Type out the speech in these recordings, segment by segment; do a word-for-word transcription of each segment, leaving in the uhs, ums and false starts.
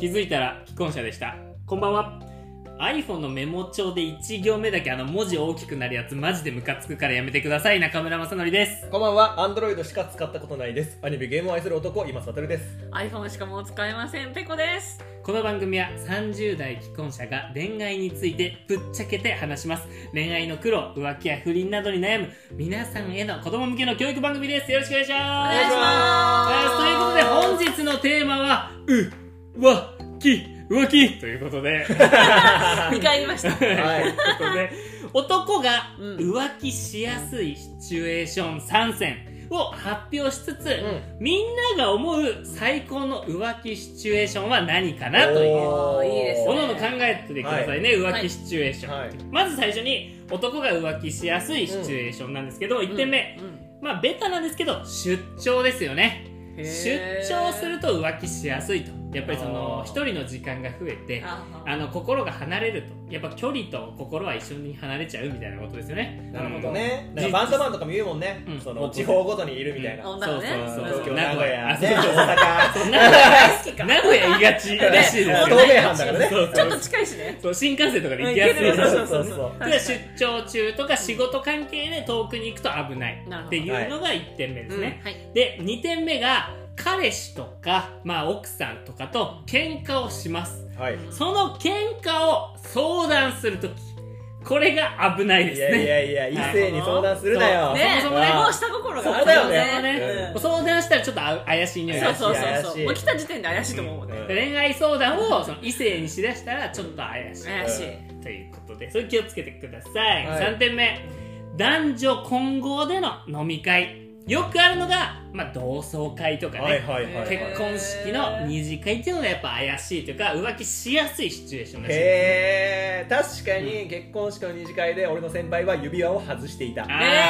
気づいたら既婚者でした。こんばんは。 iPhone のメモ帳でいち行目だけあの文字大きくなるやつマジでムカつくからやめてください。中村正則です。 こんばんは。 Android しか使ったことないです。アニメゲームを愛する男今悟です。 iPhone しかもう使えませんペコです。 この番組はさんじゅう代既婚者が恋愛についてぶっちゃけて話します。恋愛の苦労、浮気や不倫などに悩む皆さんへの子供向けの教育番組です。よろしくお願いします。 お願いします。 ということで本日のテーマはうわき浮気ということでにかい言いました。 はい、ということで男がうん浮気しやすいシチュエーションさん選を発表しつつ、 んみんなが思う最高の浮気シチュエーションは何かなというおーいいですね。 おのおの考えてくださいね、 はい浮気シチュエーション、 はいまず最初に男が浮気しやすいシチュエーションなんですけど、いってんめ、 うんまあベタなんですけど出張ですよね。 へ出ー張すると浮気しやすいと、やっぱりそのあー一人の時間が増えてああの心が離れると、やっぱ距離と心は一緒に離れちゃうみたいなことですよね。 なるほどね。 うんなんかバンドマンとかも言うもんね、 うんその地方ごとにいるみたいな、 女のね。 そうそう東京うん名古屋あそうそうそうね大阪そう名古屋大好きか。 名古屋言いがちらしいですよね。 東名阪だからね。 そうそうちょっと近いしね。 そう新幹線とかで行きやすいうん行けるそうそうそうそうそうだから出張中とか仕事関係で遠くに行くと危ないなるほどっていうのがいってんめですね、 はい。 でにてんめが彼氏とか、まあ、奥さんとかと喧嘩をします。 はい。 その喧嘩を相談するとき、これが危ないですね。 いやいやいや、異性に相談するなよ。 ねそもそもねもう下心があるそうだよねね。 ねうん相談したらちょっとあ怪しい匂いがそうそうそう怪しいそう。もう来た時点で怪しいと思うもんね。 うん恋愛相談をその異性にしだしたらちょっと怪しい、 怪しい。 ということでそれ気をつけてください、 はいさんてんめ、男女混合での飲み会。よくあるのが、まあ、同窓会とかね、 はいはいはい。 結婚式の二次会っていうのがやっぱ怪しいというか浮気しやすいシチュエーションらしいです。 へー、確かに結婚式の二次会で俺の先輩は指輪を外していた。 あー、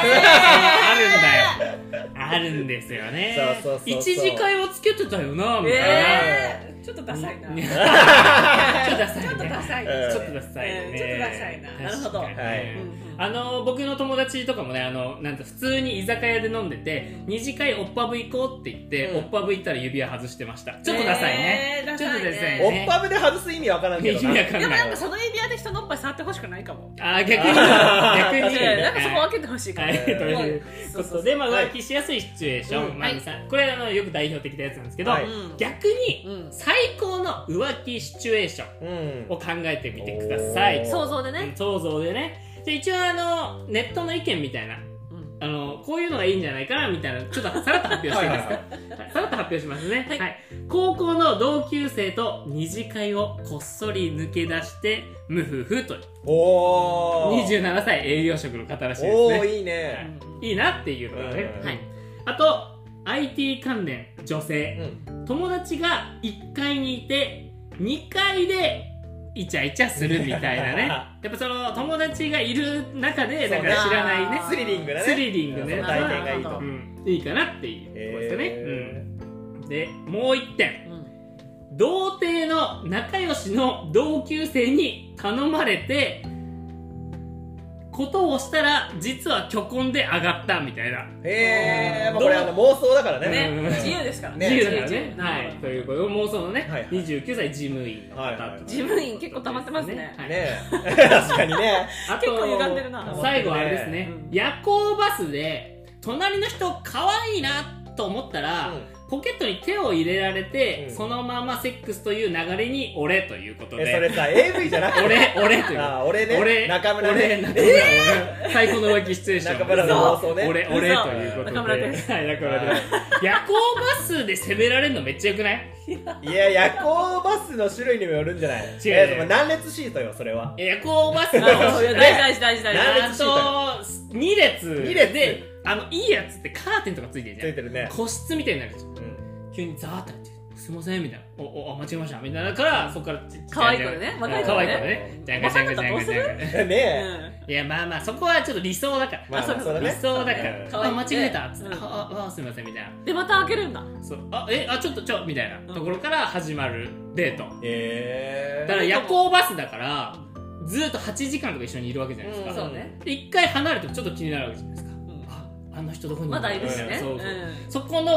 えあるんだよ。あるんですよね。 そうそうそうそう一次会はつけてたよなみたいな。 えー、ちょっとダサいな。 ねちちょっとダサいね。 ょっとダサいうんな。 ちょっとダサいね。 うんちょっとダサいななるほど確かにはいねうんうんあの僕の友達とかもね、あのなんか普通に居酒屋で飲んでて、二次会おっぱぶ行こうって言って、 うんおっぱぶ行ったら指輪外してました。ちょっとダサいね。 えーちょっとダサいね。 おっぱぶで外す意味わからんけどな。 意味わかんないでもなんかその指輪で人のおっぱい触ってほしくないかも。 あー逆にあー逆に確かにねなんかそこ分けてほしいかも。 はい、というそうそうそうことで、まあ、 はい浮気しやすいシチュエーション、 うんまあはいさこれあのよく代表的なやつなんですけど、 はいうん逆に、 うん最高の浮気シチュエーションうん。 を考えてみてください。 おー想像でねうん。想像でね。で一応あのネットの意見みたいな、 うんあのこういうのがいいんじゃないかなみたいな、ちょっとさらっと発表していいですか。 はいはいさらっと発表しますね、 はい高校の同級生と二次会をこっそり抜け出してムフフというおー。 にじゅうななさい営業職の方らしいですね。 おー、いいね。 いいなっていうのがね、 うんはい、あと アイティー 関連女性、 うん。 友達がいっかいにいてにかいでイチャイチャするみたいなねやっぱその友達がいる中でなんか知らないねスリリングだね。 スリリングねその体験がいいと。 うん、いいかなっていうところですよね、 へうん、でもういってん、 うん童貞の仲良しの同級生に頼まれてことをしたら実は虚婚で上がったみたいな、 へー、まあこれあの妄想だからね。 ねうん自由ですからね自由だから自由ね、 自由はい、ということで妄想のね、 はいはいにじゅうきゅうさい事務員の方、 はいはい事務員結構溜まってますねはい、 ねえ。確かにね。 あと結構歪んでるな最後あれですね、 うん夜行バスで隣の人可愛いなと思ったら、 うんポケットに手を入れられて、 うんそのままセックスという流れに俺ということでえ、それさ、エーブイ じゃなくて。 俺俺というあー、俺ね。 俺中村ね。 俺中村、俺最高の浮気シチュエーション中村の妄想ね。 俺俺ということで中村ですはい中村です夜行バスで攻められるのめっちゃよくない？ いや、夜行バスの種類にもよるんじゃない？ 違うえーその何列シートよ、それは。 夜行バスのあそういや大事大事大事何大列シートあとに列に列であのいいやつってカーテンとかついてるつじゃんいてるね。 個室みたいになるじゃんうん。 急にザーって入ってすいませんみたいなおおあ間違えましたみたいなからそこから可愛い子でね若い子でね可愛い子でねじゃんがじゃんがじゃんがじゃんがねえ。 いやまあまあそこはちょっと理想だからまあ、 あそうそうだね。 理想だからうん可愛いあ間違えたっつってうんあああすいませんみたいなでまた開けるんだそうあえあちょっとちょみたいなところから始まるデートえだから夜行バスだからずっとはちじかんとか一緒にいるわけじゃないですかうんそうねで一回離れてもちょっと気になるわけじゃないですかうんああの人どこにいるまだいるしねそうそううんそこの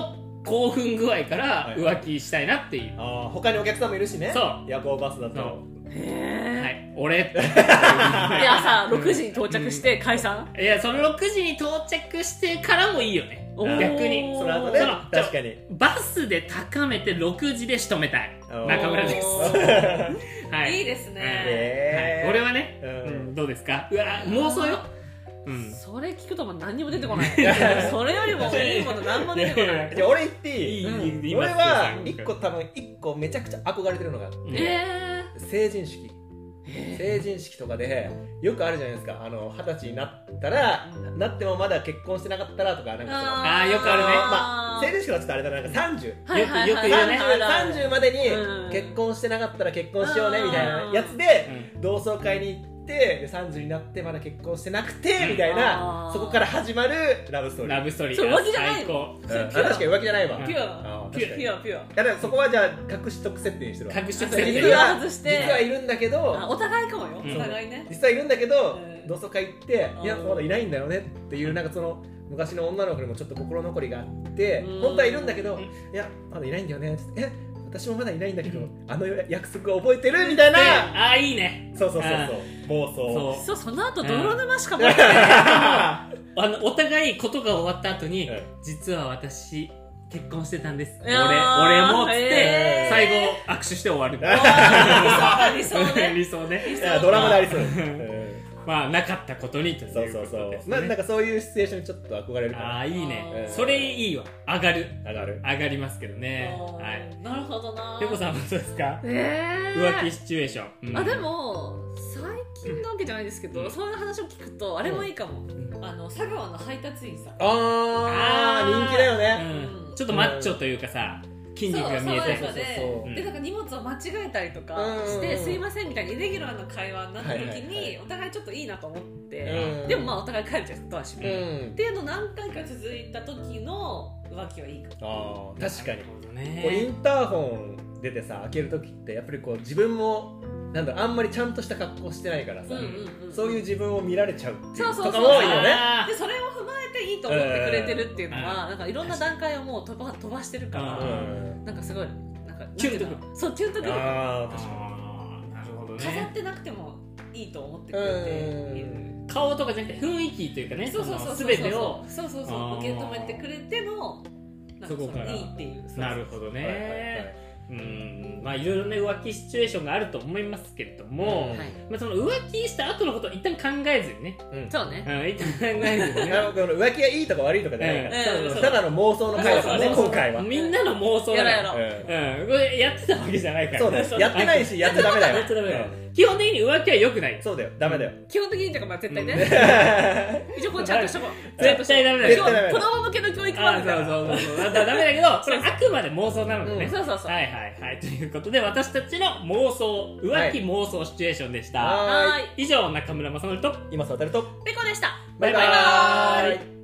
興奮具合から浮気したいなっていう、 ああ他にお客さんもいるしね。 そう夜行バスだと。 そうへはい、俺ってえ。で朝ろくじに到着して解散。 いやそのろくじに到着してからもいいよね。 おー逆にその後ねその確かにバスで高めてろくじで仕留めたい中村です。 おーはいいいですね。 へーはい、俺はね、 うんうんどうですか。うわ妄想よ。うんそれ聞くともう何にも出てこない。それよりもいいもの何も出てこない。 じゃあ俺言っていい？ いいうんいい俺は言い一個多分一個めちゃくちゃ憧れてるのがうんえ成人式。成人式とかでよくあるじゃないですか。あの二十歳になったらなってもまだ結婚してなかったらとかなんかそのあーよくあるねまあ成人式はちょっとあれだな、なんかさんじゅうはいはいはいよくよく言うねあるあるさんじゅうまでにうん結婚してなかったら結婚しようねみたいなやつうでん同窓会に行ってでさんじゅうになってまだ結婚してなくてみたいあーなそこから始まるラブストーリー。 ラブストーリーそう浮気じゃない最高。 うんあ確かに浮気じゃないわ。 ピュアあーピュアピュアピュア。 いやでもそこはじゃあ隠しとく設定にしてるわ。 隠しとく設定実は外して実はいるんだけどあお互いかもよ。 うんお互いね。 実はいるんだけど、 うん同窓会行ってうんいやまだいないんだよねっていうなんかその昔の女の子にもちょっと心残りがあってうん本当はいるんだけどうんいやまだいないんだよねってえ私もまだいないんだけどあの約束を覚えてるみたいなああいいね。 そうそうそうそう妄想そうそうその後泥沼しかもってあのお互いことが終わった後に、 うん実は私結婚してたんです。俺いやー俺もっつって、 へー最後握手して終わる。 理想ね。 理想ね。 いやドラマでありそう、うんまあなかったことにというそうそうことですそうまあなんね。 かそういうシチュエーションにちょっと憧れるかな。 ああいいねう。んそれいいわ。上がる上がる上がりますけどね。 あーはい。 なるほどな。 ペコさんはどうですか。 えー浮気シチュエーション。うんあでも最近なわけじゃないですけど、 うんそういう話を聞くとあれもいいかも、 んあの佐川の配達員さんあー人気だよね、 うんちょっとマッチョというかさ、筋肉が見えてそう爽やかでそうそうそうでなんか荷物を間違えたりとかうんして、すいませんみたいにイレギュラーな会話になった時に、 はいはいはいお互いちょっといいなと思って、 うんでもまあお互い帰るじゃんとはしうめ、 んっていうの何回か続いた時の浮気はいいかも。 あー確かになるほどねこうインターホン出てさ開けるときってやっぱりこう自分もなんだろうあんまりちゃんとした格好してないからさ、 うんうんうん、 そういう自分を見られちゃうっていうそうそうそうとかもいいよね。 あでそれを踏まえていいと思ってくれてるっていうのは、なんかいろんな段階をもう飛ば飛ばしてるから、 うんなんかすごいなんかキュンとくるなんていうのそうキュンとくるあーー確かあーなるほど飾っね。 てなくてもいいと思ってくれている。 顔とかじゃなくて雰囲気というかね、 そうそうそうそうすべてを。 そうそうそうあー受け止めてくれてのなんかそこからいいっていう。そうなるほどにはいはいはいね。うんまあいろいろね浮気シチュエーションがあると思いますけれども、 うんはいまあ、その浮気した後のことを一旦考えずにね、 うんそうね。 うん、一旦考えずにねあのこの浮気がいいとか悪いとかじゃないから、 うんそうそうただの妄想の回だからねそうそう今回は。 みんなの妄想だからやろうやろうんうん、これやってたわけじゃないからそうだよやってないしやっちゃダメだよやっちゃダメだようん基本的に浮気は良くないそうだよダメだよ。 基本的にというかまあ絶対ね。一応こうちゃんとしとこう。 絶対ダメだよ絶対ダメだ子供向けの教育あ番組だから。 そうそうそうそうだからダメだけどこれあくまで妄想なのでね、 うんそうそうそう。 はいはいはいということで私たちの妄想浮気妄想シチュエーションでした、 ははーい。 以上中村正則と今渡るとペコでした。 バイバイバイバーイ